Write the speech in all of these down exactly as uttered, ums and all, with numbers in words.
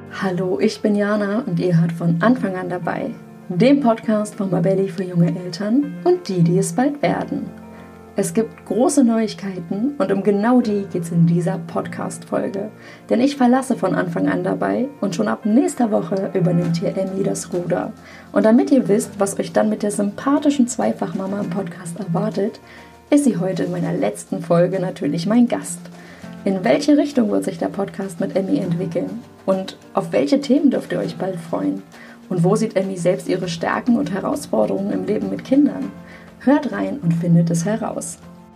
Hallo, ich bin Jana und ihr hört von Anfang an dabei, dem Podcast von Babelli für junge Eltern und die, die es bald werden. Es gibt große Neuigkeiten und um genau die geht es in dieser Podcast-Folge. Denn ich verlasse von Anfang an dabei und schon ab nächster Woche übernimmt hier Emmy das Ruder. Und damit ihr wisst, was euch dann mit der sympathischen Zweifachmama im Podcast erwartet, ist sie heute in meiner letzten Folge natürlich mein Gast. In welche Richtung wird sich der Podcast mit Emmy entwickeln? Und auf welche Themen dürft ihr euch bald freuen? Und wo sieht Emmy selbst ihre Stärken und Herausforderungen im Leben mit Kindern? Hört rein und findet es heraus.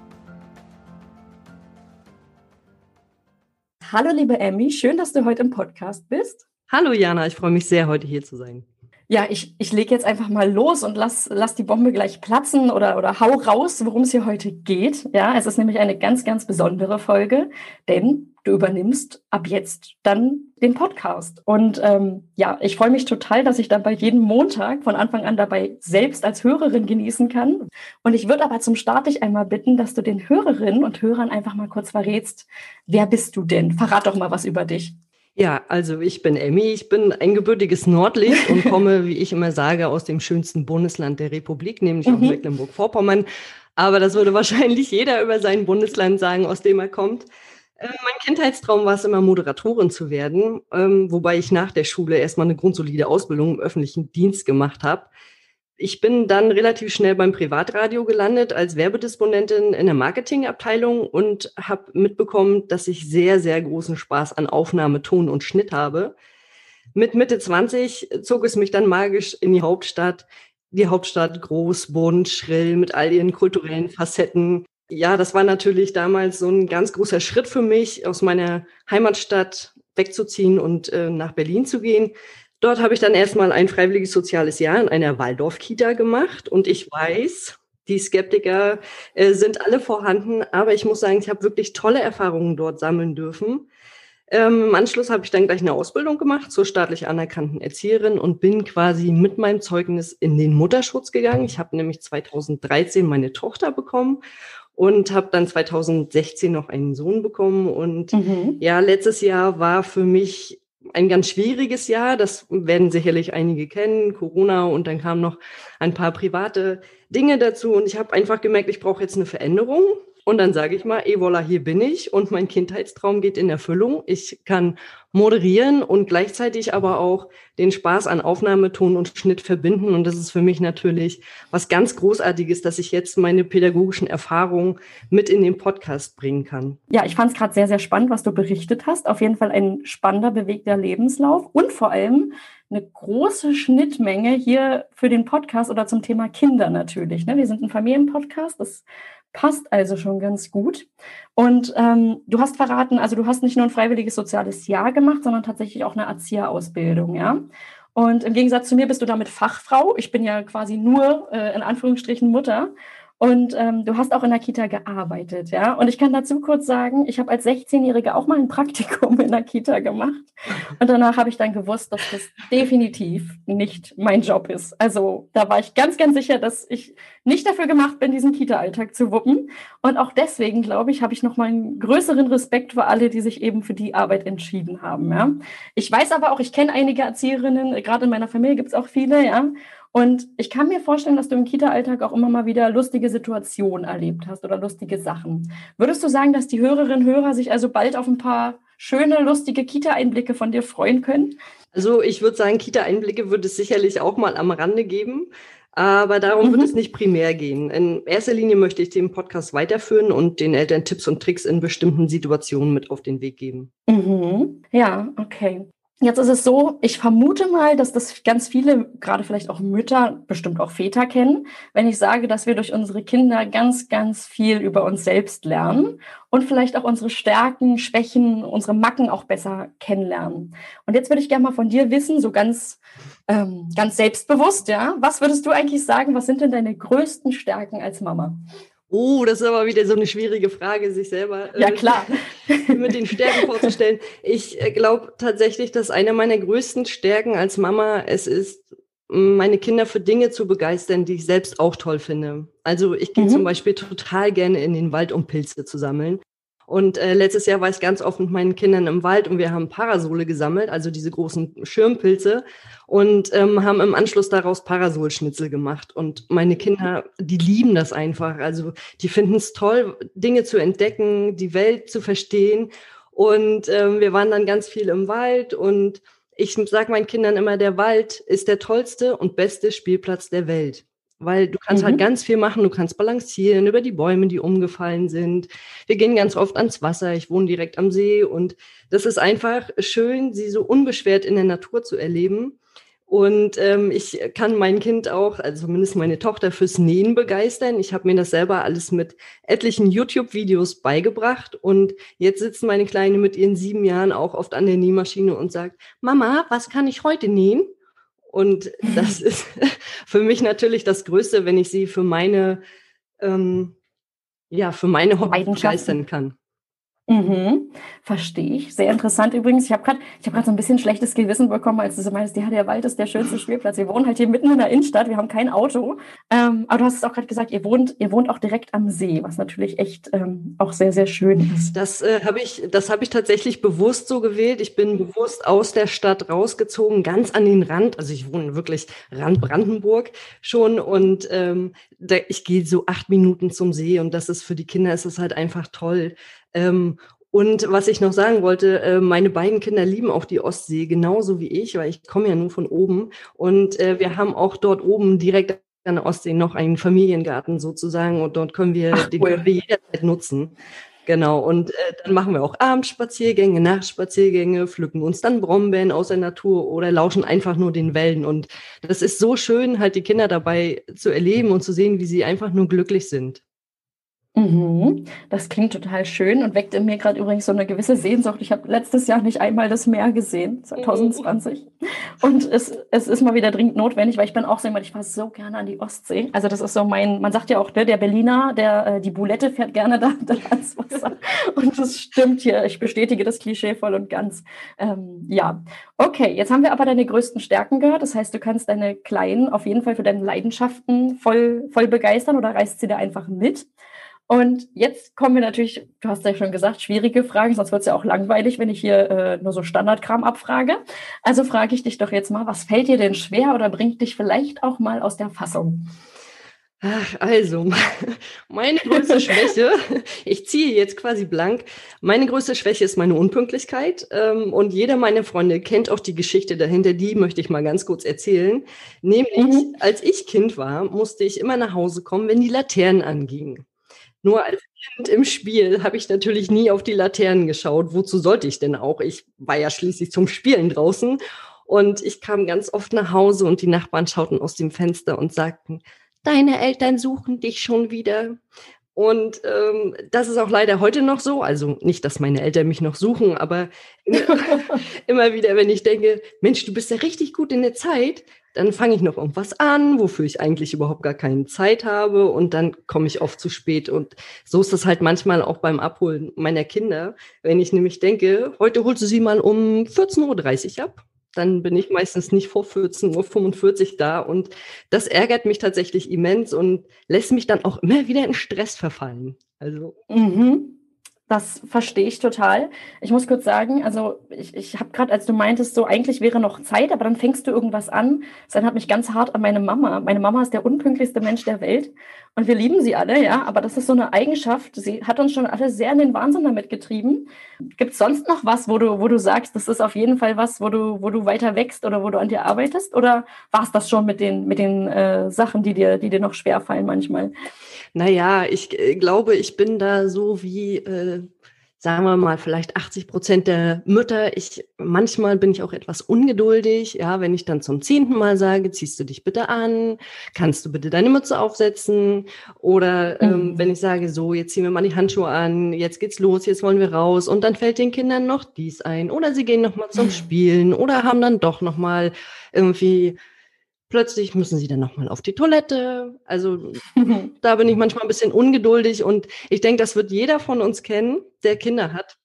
Hallo liebe Emmy, schön, dass du heute im Podcast bist. Hallo Jana, ich freue mich sehr, heute hier zu sein. Ja, ich, ich lege jetzt einfach mal los und lass, lass die Bombe gleich platzen oder, oder hau raus, worum es hier heute geht. Ja, es ist nämlich eine ganz, ganz besondere Folge, denn du übernimmst ab jetzt dann den Podcast. Und ähm, ja, ich freue mich total, dass ich dabei jeden Montag von Anfang an dabei selbst als Hörerin genießen kann. Und ich würde aber zum Start dich einmal bitten, dass du den Hörerinnen und Hörern einfach mal kurz verrätst, wer bist du denn? Verrat doch mal was über dich. Ja, also ich bin Emmy, ich bin ein gebürtiges Nordlicht und komme, wie ich immer sage, aus dem schönsten Bundesland der Republik, nämlich mhm. aus Mecklenburg-Vorpommern. Aber das würde wahrscheinlich jeder über sein Bundesland sagen, aus dem er kommt. Äh, mein Kindheitstraum war es immer, Moderatorin zu werden, ähm, wobei ich nach der Schule erstmal eine grundsolide Ausbildung im öffentlichen Dienst gemacht habe. Ich bin dann relativ schnell beim Privatradio gelandet als Werbedisponentin in der Marketingabteilung und habe mitbekommen, dass ich sehr, sehr großen Spaß an Aufnahme, Ton und Schnitt habe. Mit Mitte zwanzig zog es mich dann magisch in die Hauptstadt. Die Hauptstadt groß, bunt, schrill, mit all ihren kulturellen Facetten. Ja, das war natürlich damals so ein ganz großer Schritt für mich, aus meiner Heimatstadt wegzuziehen und äh, nach Berlin zu gehen. Dort habe ich dann erstmal ein freiwilliges soziales Jahr in einer Waldorf-Kita gemacht. Und ich weiß, die Skeptiker äh, sind alle vorhanden. Aber ich muss sagen, ich habe wirklich tolle Erfahrungen dort sammeln dürfen. Ähm, im Anschluss habe ich dann gleich eine Ausbildung gemacht zur staatlich anerkannten Erzieherin und bin quasi mit meinem Zeugnis in den Mutterschutz gegangen. Ich habe nämlich zweitausenddreizehn meine Tochter bekommen und habe dann zweitausendsechzehn noch einen Sohn bekommen. Und mhm. ja, letztes Jahr war für mich ein ganz schwieriges Jahr, das werden sicherlich einige kennen, Corona, und dann kamen noch ein paar private Dinge dazu und ich habe einfach gemerkt, ich brauche jetzt eine Veränderung und dann sage ich mal, eh voilà, hier bin ich und mein Kindheitstraum geht in Erfüllung. Ich kann moderieren und gleichzeitig aber auch den Spaß an Aufnahme, Ton und Schnitt verbinden und das ist für mich natürlich was ganz Großartiges, dass ich jetzt meine pädagogischen Erfahrungen mit in den Podcast bringen kann. Ja, ich fand es gerade sehr, sehr spannend, was du berichtet hast. Auf jeden Fall ein spannender, bewegter Lebenslauf und vor allem eine große Schnittmenge hier für den Podcast oder zum Thema Kinder natürlich. Ne? Wir sind ein Familienpodcast, das passt also schon ganz gut. Und ähm, du hast verraten, also du hast nicht nur ein freiwilliges soziales Jahr gemacht, sondern tatsächlich auch eine Erzieherausbildung, ja. Und im Gegensatz zu mir bist du damit Fachfrau. Ich bin ja quasi nur, äh, in Anführungsstrichen, Mutter. Und ähm, du hast auch in der Kita gearbeitet, ja. Und ich kann dazu kurz sagen, ich habe als sechzehnjährige auch mal ein Praktikum in der Kita gemacht. Und danach habe ich dann gewusst, dass das definitiv nicht mein Job ist. Also da war ich ganz, ganz sicher, dass ich nicht dafür gemacht bin, diesen Kita-Alltag zu wuppen. Und auch deswegen, glaube ich, habe ich noch mal einen größeren Respekt für alle, die sich eben für die Arbeit entschieden haben, ja. Ich weiß aber auch, ich kenne einige Erzieherinnen, gerade in meiner Familie gibt es auch viele, ja. Und ich kann mir vorstellen, dass du im Kita-Alltag auch immer mal wieder lustige Situationen erlebt hast oder lustige Sachen. Würdest du sagen, dass die Hörerinnen und Hörer sich also bald auf ein paar schöne, lustige Kita-Einblicke von dir freuen können? Also ich würde sagen, Kita-Einblicke wird es sicherlich auch mal am Rande geben. Aber darum mhm. wird es nicht primär gehen. In erster Linie möchte ich den Podcast weiterführen und den Eltern Tipps und Tricks in bestimmten Situationen mit auf den Weg geben. Mhm. Ja, okay. Jetzt ist es so, ich vermute mal, dass das ganz viele, gerade vielleicht auch Mütter, bestimmt auch Väter kennen, wenn ich sage, dass wir durch unsere Kinder ganz, ganz viel über uns selbst lernen und vielleicht auch unsere Stärken, Schwächen, unsere Macken auch besser kennenlernen. Und jetzt würde ich gerne mal von dir wissen, so ganz, ähm, ganz selbstbewusst, ja, was würdest du eigentlich sagen, was sind denn deine größten Stärken als Mama? Oh, das ist aber wieder so eine schwierige Frage, sich selber ja, klar. äh, mit den Stärken vorzustellen. Ich äh, glaube tatsächlich, dass eine meiner größten Stärken als Mama es ist, meine Kinder für Dinge zu begeistern, die ich selbst auch toll finde. Also ich gehe mhm. zum Beispiel total gerne in den Wald, um Pilze zu sammeln. Und äh, letztes Jahr war ich ganz oft mit meinen Kindern im Wald und wir haben Parasole gesammelt, also diese großen Schirmpilze, und ähm, haben im Anschluss daraus Parasolschnitzel gemacht. Und meine Kinder, die lieben das einfach. Also die finden es toll, Dinge zu entdecken, die Welt zu verstehen. Und ähm, wir waren dann ganz viel im Wald und ich sage meinen Kindern immer, der Wald ist der tollste und beste Spielplatz der Welt. Weil du kannst mhm. halt ganz viel machen, du kannst balancieren über die Bäume, die umgefallen sind. Wir gehen ganz oft ans Wasser, ich wohne direkt am See und das ist einfach schön, sie so unbeschwert in der Natur zu erleben. Und ähm, ich kann mein Kind auch, also zumindest meine Tochter, fürs Nähen begeistern. Ich habe mir das selber alles mit etlichen YouTube-Videos beigebracht und jetzt sitzt meine Kleine mit ihren sieben Jahren auch oft an der Nähmaschine und sagt, Mama, was kann ich heute nähen? Und das ist für mich natürlich das Größte, wenn ich sie für meine, ähm, ja, für meine Hobby begeistern kann. Mhm, verstehe ich. Sehr interessant übrigens. Ich habe gerade ich hab gerade so ein bisschen schlechtes Gewissen bekommen, als du so meinst, ja, der Wald ist der schönste Spielplatz. Wir wohnen halt hier mitten in der Innenstadt, wir haben kein Auto. Ähm, aber du hast es auch gerade gesagt, ihr wohnt, ihr wohnt auch direkt am See, was natürlich echt ähm, auch sehr, sehr schön ist. Das äh, habe ich, das habe ich tatsächlich bewusst so gewählt. Ich bin bewusst aus der Stadt rausgezogen, ganz an den Rand. Also ich wohne wirklich Rand Brandenburg schon und ähm, da, ich gehe so acht Minuten zum See und das ist für die Kinder ist es halt einfach toll. Ähm, und was ich noch sagen wollte, äh, meine beiden Kinder lieben auch die Ostsee, genauso wie ich, weil ich komme ja nur von oben. Und äh, wir haben auch dort oben direkt an der Ostsee noch einen Familiengarten sozusagen. Und dort können wir, Ach, den cool. können wir jederzeit nutzen. Genau, und äh, dann machen wir auch Abendspaziergänge, Nachtspaziergänge, pflücken uns dann Brombeeren aus der Natur oder lauschen einfach nur den Wellen. Und das ist so schön, halt die Kinder dabei zu erleben und zu sehen, wie sie einfach nur glücklich sind. Mhm. Das klingt total schön und weckt in mir gerade übrigens so eine gewisse Sehnsucht. Ich habe letztes Jahr nicht einmal das Meer gesehen, zwanzig zwanzig. Und es, es ist mal wieder dringend notwendig, weil ich bin auch so jemand, ich fahre so gerne an die Ostsee. Also das ist so mein, man sagt ja auch, ne, der Berliner, der die Bulette fährt gerne da, da ans Wasser. Und das stimmt hier, ich bestätige das Klischee voll und ganz. Ähm, ja, okay, jetzt haben wir aber deine größten Stärken gehört. Das heißt, du kannst deine Kleinen auf jeden Fall für deine Leidenschaften voll, voll begeistern oder reißt sie da einfach mit. Und jetzt kommen wir natürlich, du hast ja schon gesagt, schwierige Fragen, sonst wird es ja auch langweilig, wenn ich hier äh, nur so Standardkram abfrage. Also frage ich dich doch jetzt mal, was fällt dir denn schwer oder bringt dich vielleicht auch mal aus der Fassung? Ach, also, meine größte Schwäche, ich ziehe jetzt quasi blank, meine größte Schwäche ist meine Unpünktlichkeit ähm, und jeder meiner Freunde kennt auch die Geschichte dahinter, die möchte ich mal ganz kurz erzählen. Nämlich, mhm. als ich Kind war, musste ich immer nach Hause kommen, wenn die Laternen angingen. Nur als Kind im Spiel habe ich natürlich nie auf die Laternen geschaut. Wozu sollte ich denn auch? Ich war ja schließlich zum Spielen draußen. Und ich kam ganz oft nach Hause und die Nachbarn schauten aus dem Fenster und sagten, deine Eltern suchen dich schon wieder. Und ähm, das ist auch leider heute noch so. Also nicht, dass meine Eltern mich noch suchen, aber immer wieder, wenn ich denke, Mensch, du bist ja richtig gut in der Zeit, dann fange ich noch irgendwas an, wofür ich eigentlich überhaupt gar keine Zeit habe und dann komme ich oft zu spät. Und so ist das halt manchmal auch beim Abholen meiner Kinder. Wenn ich nämlich denke, heute holst du sie mal um vierzehn Uhr dreißig ab, dann bin ich meistens nicht vor vierzehn Uhr fünfundvierzig da und das ärgert mich tatsächlich immens und lässt mich dann auch immer wieder in Stress verfallen. Also mhm. Das verstehe ich total. Ich muss kurz sagen, also ich, ich habe gerade, als du meintest, so eigentlich wäre noch Zeit, aber dann fängst du irgendwas an. Das erinnert mich ganz hart an meine Mama. Meine Mama ist der unpünktlichste Mensch der Welt und wir lieben sie alle, ja, aber das ist so eine Eigenschaft, sie hat uns schon alle sehr in den Wahnsinn damit getrieben. Gibt es sonst noch was, wo du, wo du sagst, das ist auf jeden Fall was, wo du, wo du weiter wächst oder wo du an dir arbeitest? Oder war es das schon mit den, mit den äh, Sachen, die dir, die dir noch schwerfallen manchmal? Naja, ich äh, glaube, ich bin da so wie, äh, sagen wir mal, vielleicht achtzig Prozent der Mütter. Ich, manchmal bin ich auch etwas ungeduldig. Ja, wenn ich dann zum zehnten Mal sage, ziehst du dich bitte an, kannst du bitte deine Mütze aufsetzen? Oder ähm, mhm. wenn ich sage, so, jetzt ziehen wir mal die Handschuhe an, jetzt geht's los, jetzt wollen wir raus. Und dann fällt den Kindern noch dies ein. Oder sie gehen noch mal zum Spielen oder haben dann doch noch mal irgendwie... Plötzlich müssen sie dann nochmal auf die Toilette. Also da bin ich manchmal ein bisschen ungeduldig und ich denke, das wird jeder von uns kennen, der Kinder hat.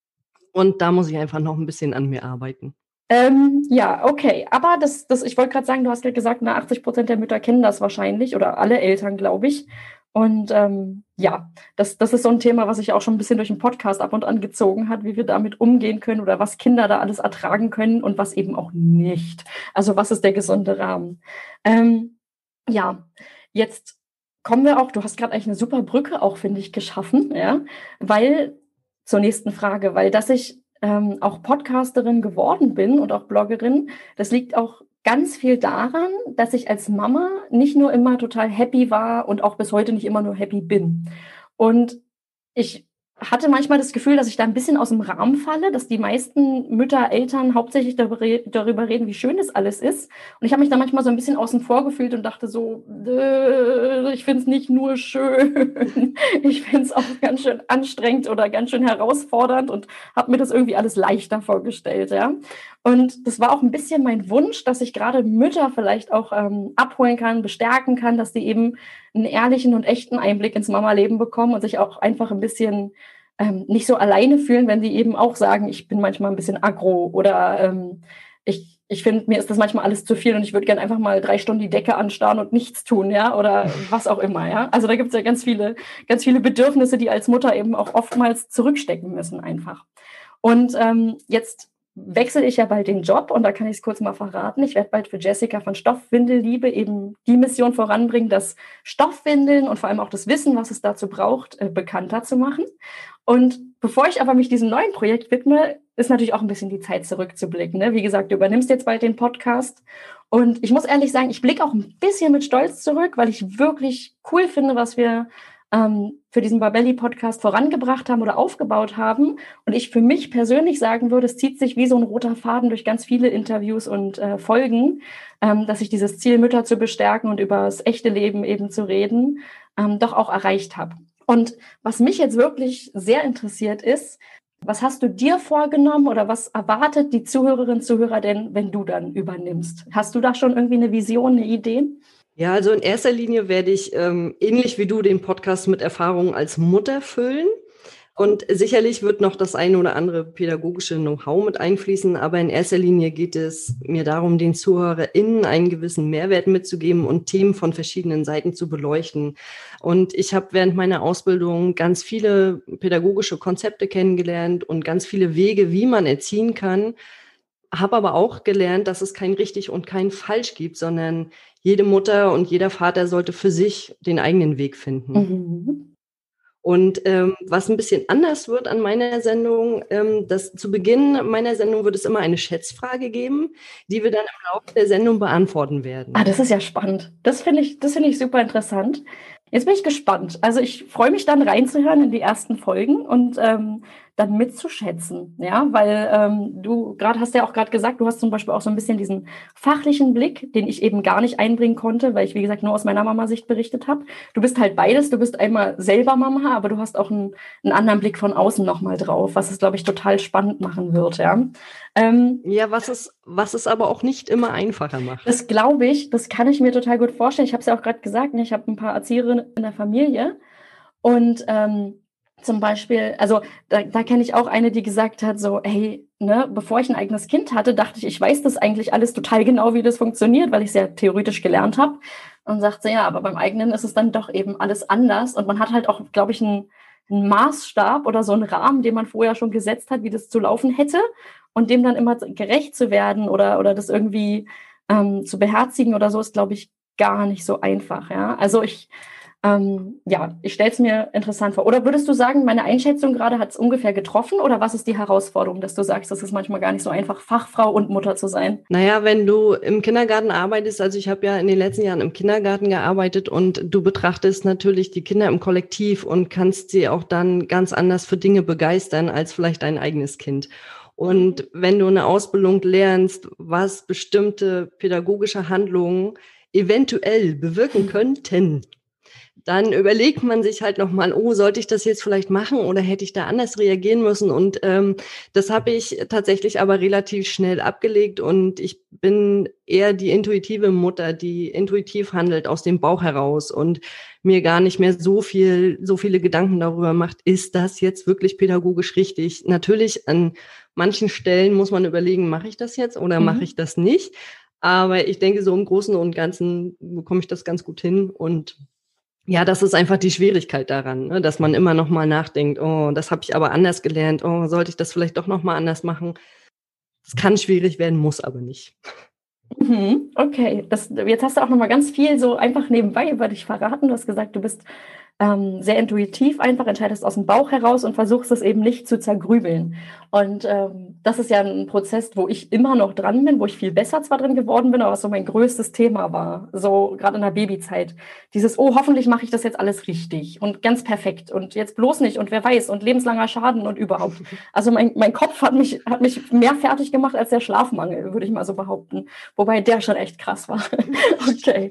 Und da muss ich einfach noch ein bisschen an mir arbeiten. Ähm, ja, okay. Aber das, das, ich wollte gerade sagen, du hast gerade gesagt, na, achtzig Prozent der Mütter kennen das wahrscheinlich oder alle Eltern, glaube ich. Und ähm, ja, das, das ist so ein Thema, was sich auch schon ein bisschen durch den Podcast ab und an gezogen hat, wie wir damit umgehen können oder was Kinder da alles ertragen können und was eben auch nicht. Also was ist der gesunde Rahmen? Ähm, ja, jetzt kommen wir auch, du hast gerade eigentlich eine super Brücke auch, finde ich, geschaffen, ja, weil zur nächsten Frage, weil dass ich ähm, auch Podcasterin geworden bin und auch Bloggerin, das liegt auch ganz viel daran, dass ich als Mama nicht nur immer total happy war und auch bis heute nicht immer nur happy bin. Und ich hatte manchmal das Gefühl, dass ich da ein bisschen aus dem Rahmen falle, dass die meisten Mütter, Eltern hauptsächlich darüber reden, wie schön das alles ist. Und ich habe mich da manchmal so ein bisschen außen vor gefühlt und dachte so, äh, ich finde es nicht nur schön, ich finde es auch ganz schön anstrengend oder ganz schön herausfordernd und habe mir das irgendwie alles leichter vorgestellt, ja. Und das war auch ein bisschen mein Wunsch, dass ich gerade Mütter vielleicht auch ähm, abholen kann, bestärken kann, dass die eben einen ehrlichen und echten Einblick ins Mama-Leben bekommen und sich auch einfach ein bisschen ähm, nicht so alleine fühlen, wenn sie eben auch sagen, ich bin manchmal ein bisschen aggro oder ähm, ich, ich finde, mir ist das manchmal alles zu viel und ich würde gerne einfach mal drei Stunden die Decke anstarren und nichts tun, ja, oder was auch immer, ja. Also da gibt es ja ganz viele, ganz viele Bedürfnisse, die als Mutter eben auch oftmals zurückstecken müssen einfach. Und ähm, jetzt wechsle ich ja bald den Job und da kann ich es kurz mal verraten. Ich werde bald für Jessica von Stoffwindelliebe eben die Mission voranbringen, das Stoffwindeln und vor allem auch das Wissen, was es dazu braucht, äh, bekannter zu machen. Und bevor ich aber mich diesem neuen Projekt widme, ist natürlich auch ein bisschen die Zeit zurückzublicken. Ne? Wie gesagt, du übernimmst jetzt bald den Podcast. Und ich muss ehrlich sagen, ich blicke auch ein bisschen mit Stolz zurück, weil ich wirklich cool finde, was wir ähm, für diesen Babelli-Podcast vorangebracht haben oder aufgebaut haben. Und ich für mich persönlich sagen würde, es zieht sich wie so ein roter Faden durch ganz viele Interviews und äh, Folgen, ähm, dass ich dieses Ziel, Mütter zu bestärken und über das echte Leben eben zu reden, ähm, doch auch erreicht habe. Und was mich jetzt wirklich sehr interessiert ist, was hast du dir vorgenommen oder was erwartet die Zuhörerinnen und Zuhörer denn, wenn du dann übernimmst? Hast du da schon irgendwie eine Vision, eine Idee? Ja, also in erster Linie werde ich ähm, ähnlich wie du den Podcast mit Erfahrungen als Mutter füllen. Und sicherlich wird noch das eine oder andere pädagogische Know-how mit einfließen, aber in erster Linie geht es mir darum, den ZuhörerInnen einen gewissen Mehrwert mitzugeben und Themen von verschiedenen Seiten zu beleuchten. Und ich habe während meiner Ausbildung ganz viele pädagogische Konzepte kennengelernt und ganz viele Wege, wie man erziehen kann, habe aber auch gelernt, dass es kein richtig und kein falsch gibt, sondern jede Mutter und jeder Vater sollte für sich den eigenen Weg finden. Mhm. Und ähm, was ein bisschen anders wird an meiner Sendung, ähm, dass zu Beginn meiner Sendung wird es immer eine Schätzfrage geben, die wir dann im Laufe der Sendung beantworten werden. Ah, das ist ja spannend. Das finde ich, das finde ich super interessant. Jetzt bin ich gespannt. Also ich freue mich dann reinzuhören in die ersten Folgen und ähm, dann mitzuschätzen, ja, weil ähm, du gerade hast ja auch gerade gesagt, du hast zum Beispiel auch so ein bisschen diesen fachlichen Blick, den ich eben gar nicht einbringen konnte, weil ich, wie gesagt, nur aus meiner Mama-Sicht berichtet habe. Du bist halt beides, du bist einmal selber Mama, aber du hast auch einen, einen anderen Blick von außen nochmal drauf, was es, glaube ich, total spannend machen wird, ja. Ähm, ja, was es, was es aber auch nicht immer einfacher macht. Das glaube ich, das kann ich mir total gut vorstellen. Ich habe es ja auch gerade gesagt, ne, ich habe ein paar Erzieherinnen in der Familie und ähm, zum Beispiel, also da, da kenne ich auch eine, die gesagt hat, so, hey, ne, bevor ich ein eigenes Kind hatte, dachte ich, ich weiß das eigentlich alles total genau, wie das funktioniert, weil ich es ja theoretisch gelernt habe. Und sagt sie, ja, aber beim eigenen ist es dann doch eben alles anders. Und man hat halt auch, glaube ich, einen, einen Maßstab oder so einen Rahmen, den man vorher schon gesetzt hat, wie das zu laufen hätte. Und dem dann immer gerecht zu werden oder, oder das irgendwie ähm, zu beherzigen oder so, ist, glaube ich, gar nicht so einfach. Ja? Also ich, ähm, ja, ich stelle es mir interessant vor. Oder würdest du sagen, meine Einschätzung gerade hat es ungefähr getroffen? Oder was ist die Herausforderung, dass du sagst, das ist manchmal gar nicht so einfach, Fachfrau und Mutter zu sein? Naja, wenn du im Kindergarten arbeitest, also ich habe ja in den letzten Jahren im Kindergarten gearbeitet und du betrachtest natürlich die Kinder im Kollektiv und kannst sie auch dann ganz anders für Dinge begeistern als vielleicht dein eigenes Kind. Und wenn du eine Ausbildung lernst, was bestimmte pädagogische Handlungen eventuell bewirken könnten, dann überlegt man sich halt nochmal, oh, sollte ich das jetzt vielleicht machen oder hätte ich da anders reagieren müssen? Und ähm, das habe ich tatsächlich aber relativ schnell abgelegt und ich bin eher die intuitive Mutter, die intuitiv handelt aus dem Bauch heraus und mir gar nicht mehr so viel, so viele Gedanken darüber macht, ist das jetzt wirklich pädagogisch richtig? Natürlich an manchen Stellen muss man überlegen, mache ich das jetzt oder mhm. mache ich das nicht? Aber ich denke, so im Großen und Ganzen bekomme ich das ganz gut hin und Ja, das ist einfach die Schwierigkeit daran, ne? Dass man immer noch mal nachdenkt, oh, das habe ich aber anders gelernt, oh, sollte ich das vielleicht doch noch mal anders machen? Es kann schwierig werden, muss aber nicht. Mhm, okay, das, jetzt hast du auch noch mal ganz viel so einfach nebenbei über dich verraten. Du hast gesagt, du bist ähm, sehr intuitiv einfach, entscheidest aus dem Bauch heraus und versuchst es eben nicht zu zergrübeln. Und ähm, das ist ja ein Prozess, wo ich immer noch dran bin, wo ich viel besser zwar drin geworden bin, aber was so mein größtes Thema war, so gerade in der Babyzeit. Dieses, oh, hoffentlich mache ich das jetzt alles richtig und ganz perfekt und jetzt bloß nicht und wer weiß und lebenslanger Schaden und überhaupt. Also mein, mein Kopf hat mich, hat mich mehr fertig gemacht als der Schlafmangel, würde ich mal so behaupten. Wobei der schon echt krass war. Okay.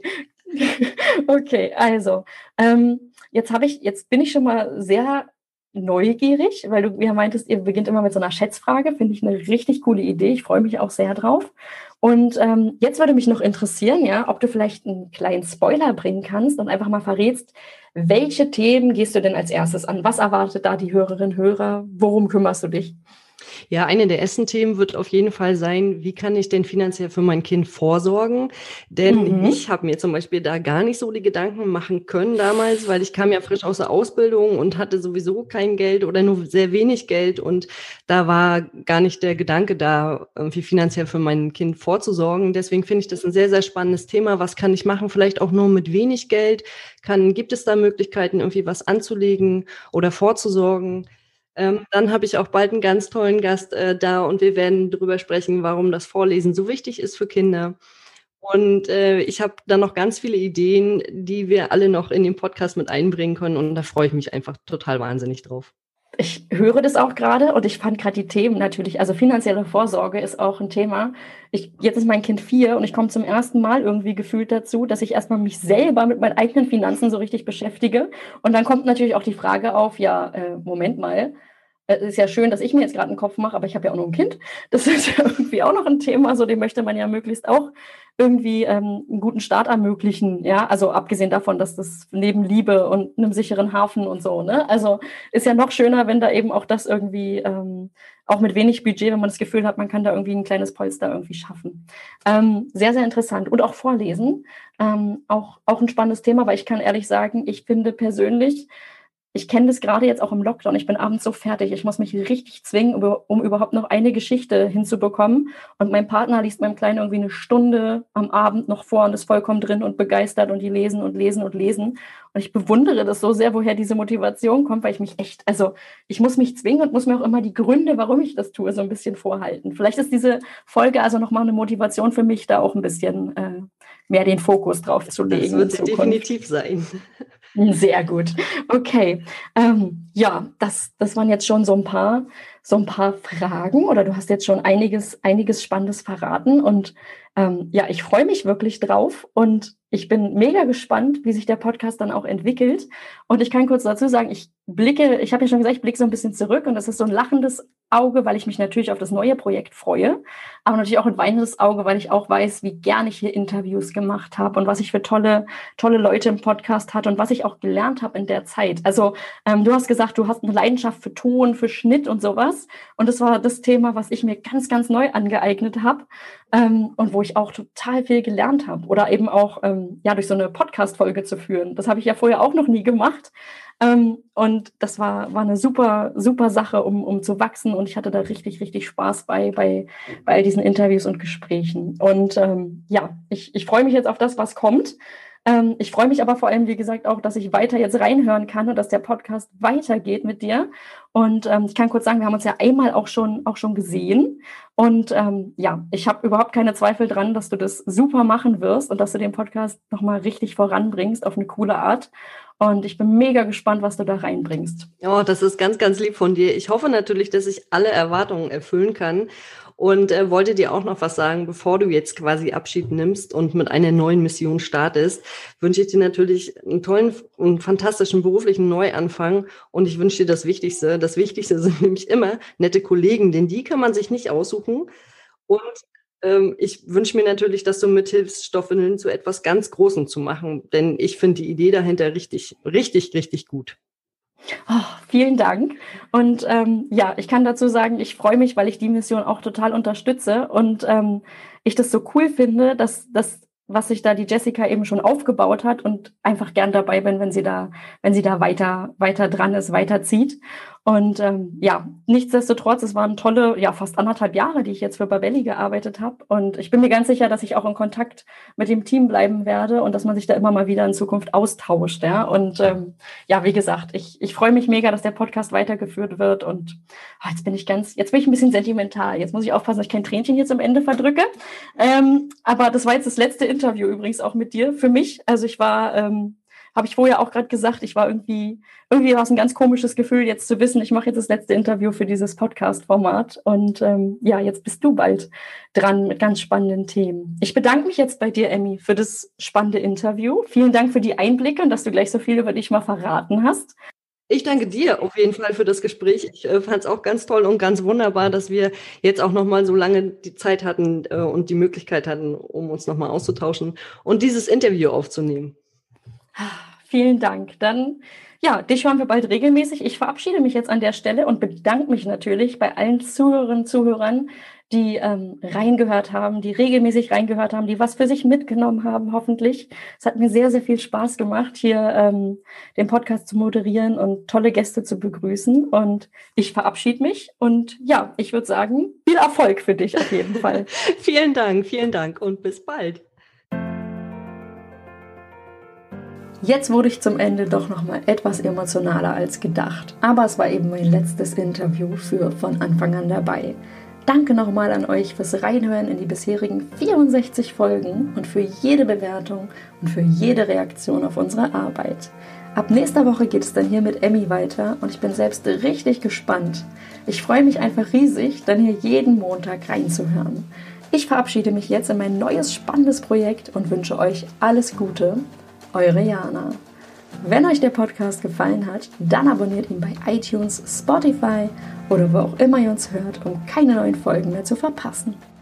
Okay, also, ähm, jetzt habe ich, jetzt bin ich schon mal sehr neugierig, weil du ja meintest, ihr beginnt immer mit so einer Schätzfrage. Finde ich eine richtig coole Idee. Ich freue mich auch sehr drauf. Und ähm, jetzt würde mich noch interessieren, ja, ob du vielleicht einen kleinen Spoiler bringen kannst und einfach mal verrätst, welche Themen gehst du denn als erstes an? Was erwartet da die Hörerinnen, Hörer? Worum kümmerst du dich? Ja, eine der ersten Themen wird auf jeden Fall sein, wie kann ich denn finanziell für mein Kind vorsorgen? Denn Mhm. ich habe mir zum Beispiel da gar nicht so die Gedanken machen können damals, weil ich kam ja frisch aus der Ausbildung und hatte sowieso kein Geld oder nur sehr wenig Geld und da war gar nicht der Gedanke da, irgendwie finanziell für mein Kind vorzusorgen. Deswegen finde ich das ein sehr, sehr spannendes Thema. Was kann ich machen? Vielleicht auch nur mit wenig Geld. Kann, gibt es da Möglichkeiten, irgendwie was anzulegen oder vorzusorgen? Ähm, dann habe ich auch bald einen ganz tollen Gast äh, da und wir werden darüber sprechen, warum das Vorlesen so wichtig ist für Kinder. Und äh, ich habe dann noch ganz viele Ideen, die wir alle noch in den Podcast mit einbringen können und da freue ich mich einfach total wahnsinnig drauf. Ich höre das auch gerade und ich fand gerade die Themen natürlich, also finanzielle Vorsorge ist auch ein Thema. Ich, jetzt ist mein Kind vier und ich komme zum ersten Mal irgendwie gefühlt dazu, dass ich erstmal mich selber mit meinen eigenen Finanzen so richtig beschäftige. Und dann kommt natürlich auch die Frage auf, ja, äh, Moment mal, es ist ja schön, dass ich mir jetzt gerade einen Kopf mache, aber ich habe ja auch noch ein Kind. Das ist ja irgendwie auch noch ein Thema, so dem möchte man ja möglichst auch irgendwie ähm, einen guten Start ermöglichen. Ja, also abgesehen davon, dass das neben Liebe und einem sicheren Hafen und so, ne? Also ist ja noch schöner, wenn da eben auch das irgendwie, ähm, auch mit wenig Budget, wenn man das Gefühl hat, man kann da irgendwie ein kleines Polster irgendwie schaffen. Ähm, sehr, sehr interessant. Und auch Vorlesen, ähm, auch, auch ein spannendes Thema, weil ich kann ehrlich sagen, ich finde persönlich, ich kenne das gerade jetzt auch im Lockdown. Ich bin abends so fertig. Ich muss mich richtig zwingen, um überhaupt noch eine Geschichte hinzubekommen. Und mein Partner liest meinem Kleinen irgendwie eine Stunde am Abend noch vor und ist vollkommen drin und begeistert und die lesen und lesen und lesen. Und ich bewundere das so sehr, woher diese Motivation kommt, weil ich mich echt, also ich muss mich zwingen und muss mir auch immer die Gründe, warum ich das tue, so ein bisschen vorhalten. Vielleicht ist diese Folge also nochmal eine Motivation für mich, da auch ein bisschen äh, mehr den Fokus drauf zu legen. Das wird sie definitiv sein. Sehr gut. Okay. Ähm, ja, das, das waren jetzt schon so ein paar, so ein paar Fragen oder du hast jetzt schon einiges, einiges Spannendes verraten und ähm, ja, ich freue mich wirklich drauf und ich bin mega gespannt, wie sich der Podcast dann auch entwickelt. Und ich kann kurz dazu sagen, ich blicke, ich habe ja schon gesagt, ich blicke so ein bisschen zurück und das ist so ein lachendes Auge, weil ich mich natürlich auf das neue Projekt freue, aber natürlich auch ein weinendes Auge, weil ich auch weiß, wie gern ich hier Interviews gemacht habe und was ich für tolle, tolle Leute im Podcast hatte und was ich auch gelernt habe in der Zeit. Also ähm, du hast gesagt, du hast eine Leidenschaft für Ton, für Schnitt und sowas und das war das Thema, was ich mir ganz, ganz neu angeeignet habe ähm, und wo ich auch total viel gelernt habe oder eben auch ähm, ja durch so eine Podcast-Folge zu führen. Das habe ich ja vorher auch noch nie gemacht. Ähm, und das war, war eine super, super Sache, um, um zu wachsen. Und ich hatte da richtig, richtig Spaß bei, bei, bei all diesen Interviews und Gesprächen. Und ähm, ja, ich, ich freue mich jetzt auf das, was kommt. Ähm, ich freue mich aber vor allem, wie gesagt, auch, dass ich weiter jetzt reinhören kann und dass der Podcast weitergeht mit dir. Und ähm, ich kann kurz sagen, wir haben uns ja einmal auch schon, auch schon gesehen. Und ähm, ja, ich habe überhaupt keine Zweifel dran, dass du das super machen wirst und dass du den Podcast nochmal richtig voranbringst auf eine coole Art. Und ich bin mega gespannt, was du da reinbringst. Oh, das ist ganz, ganz lieb von dir. Ich hoffe natürlich, dass ich alle Erwartungen erfüllen kann und äh, wollte dir auch noch was sagen, bevor du jetzt quasi Abschied nimmst und mit einer neuen Mission startest, wünsche ich dir natürlich einen tollen und fantastischen beruflichen Neuanfang und ich wünsche dir das Wichtigste. Das Wichtigste sind nämlich immer nette Kollegen, denn die kann man sich nicht aussuchen und ich wünsche mir natürlich, dass du mithilfst, Stoffwindeln zu etwas ganz Großem zu machen, denn ich finde die Idee dahinter richtig, richtig, richtig gut. Oh, vielen Dank. Und ähm, ja, ich kann dazu sagen, ich freue mich, weil ich die Mission auch total unterstütze und ähm, ich das so cool finde, dass, dass was sich da die Jessica eben schon aufgebaut hat und einfach gern dabei bin, wenn sie da, wenn sie da weiter, weiter dran ist, weiterzieht. Und ähm, ja, nichtsdestotrotz, es waren tolle, ja, fast anderthalb Jahre, die ich jetzt für Babelli gearbeitet habe. Und ich bin mir ganz sicher, dass ich auch in Kontakt mit dem Team bleiben werde und dass man sich da immer mal wieder in Zukunft austauscht. Ja, und ähm, ja, wie gesagt, ich, ich freue mich mega, dass der Podcast weitergeführt wird. Und oh, jetzt bin ich ganz, jetzt bin ich ein bisschen sentimental. Jetzt muss ich aufpassen, dass ich kein Tränchen jetzt am Ende verdrücke. Ähm, aber das war jetzt das letzte Interview übrigens auch mit dir für mich. Also ich war, ähm, habe ich vorher auch gerade gesagt, ich war irgendwie, irgendwie war es ein ganz komisches Gefühl, jetzt zu wissen, ich mache jetzt das letzte Interview für dieses Podcast-Format. Und ähm, ja, jetzt bist du bald dran mit ganz spannenden Themen. Ich bedanke mich jetzt bei dir, Emmy, für das spannende Interview. Vielen Dank für die Einblicke und dass du gleich so viel über dich mal verraten hast. Ich danke dir auf jeden Fall für das Gespräch. Ich äh, fand es auch ganz toll und ganz wunderbar, dass wir jetzt auch nochmal so lange die Zeit hatten äh, und die Möglichkeit hatten, um uns nochmal auszutauschen und dieses Interview aufzunehmen. Vielen Dank. Dann, ja, dich hören wir bald regelmäßig. Ich verabschiede mich jetzt an der Stelle und bedanke mich natürlich bei allen Zuhörerinnen und Zuhörern, die ähm, reingehört haben, die regelmäßig reingehört haben, die was für sich mitgenommen haben, hoffentlich. Es hat mir sehr, sehr viel Spaß gemacht, hier ähm, den Podcast zu moderieren und tolle Gäste zu begrüßen. Und ich verabschiede mich und ja, ich würde sagen, viel Erfolg für dich auf jeden Fall. Vielen Dank, vielen Dank und bis bald. Jetzt wurde ich zum Ende doch nochmal etwas emotionaler als gedacht. Aber es war eben mein letztes Interview für Von Anfang an dabei. Danke nochmal an euch fürs Reinhören in die bisherigen vierundsechzig Folgen und für jede Bewertung und für jede Reaktion auf unsere Arbeit. Ab nächster Woche geht es dann hier mit Emmy weiter und ich bin selbst richtig gespannt. Ich freue mich einfach riesig, dann hier jeden Montag reinzuhören. Ich verabschiede mich jetzt in mein neues spannendes Projekt und wünsche euch alles Gute. Eure Jana. Wenn euch der Podcast gefallen hat, dann abonniert ihn bei iTunes, Spotify oder wo auch immer ihr uns hört, um keine neuen Folgen mehr zu verpassen.